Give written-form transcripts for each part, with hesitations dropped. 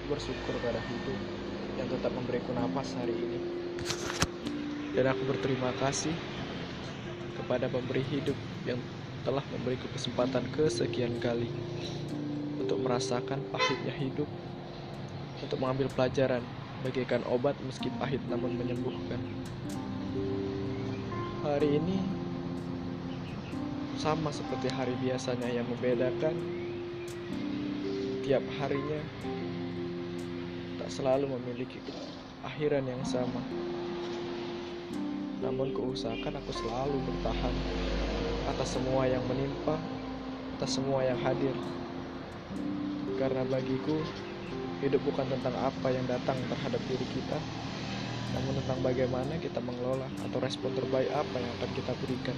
Aku bersyukur pada hidup yang tetap memberiku napas hari ini. Dan aku berterima kasih kepada pemberi hidup yang telah memberiku kesempatan kesekian kali untuk merasakan pahitnya hidup, untuk mengambil pelajaran bagaikan obat meski pahit namun menyembuhkan. Hari ini sama seperti hari biasanya, yang membedakan tiap harinya tak selalu memiliki akhiran yang sama. Namun kuusahakan aku selalu bertahan atas semua yang menimpa, atas semua yang hadir. Karena bagiku, hidup bukan tentang apa yang datang terhadap diri kita, namun tentang bagaimana kita mengelola atau respon terbaik apa yang akan kita berikan.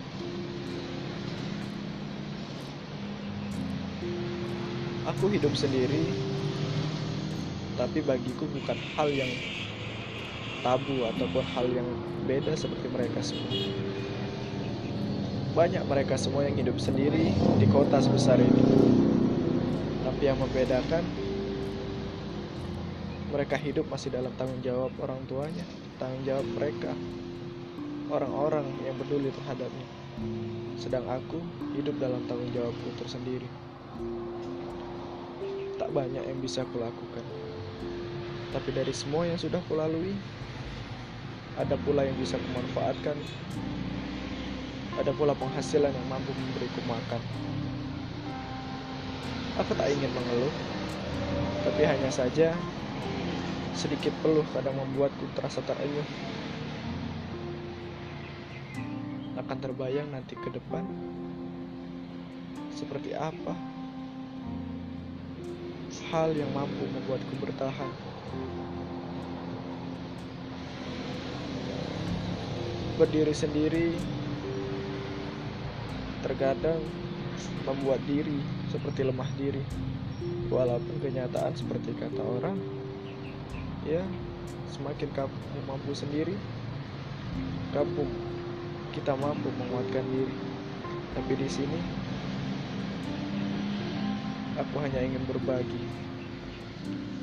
Aku hidup sendiri, tapi bagiku bukan hal yang tabu ataupun hal yang beda seperti mereka semua. Banyak mereka semua yang hidup sendiri di kota sebesar ini, tapi yang membedakan, mereka hidup masih dalam tanggung jawab orang tuanya, tanggung jawab mereka, orang-orang yang peduli terhadapnya. Sedang aku hidup dalam tanggung jawabku tersendiri. Tak banyak yang bisa kulakukan, tapi dari semua yang sudah kulalui, ada pula yang bisa kumanfaatkan. Ada pula penghasilan yang mampu memberiku makan. Aku tak ingin mengeluh, tapi hanya saja sedikit peluh kadang membuatku terasa terenyuh. Akan terbayang nanti ke depan seperti apa hal yang mampu membuatku bertahan. Berdiri sendiri terkadang membuat diri seperti lemah diri, walaupun kenyataan seperti kata orang, ya, semakin kamu mampu sendiri, kita mampu menguatkan diri. Tapi di sini aku hanya ingin berbagi.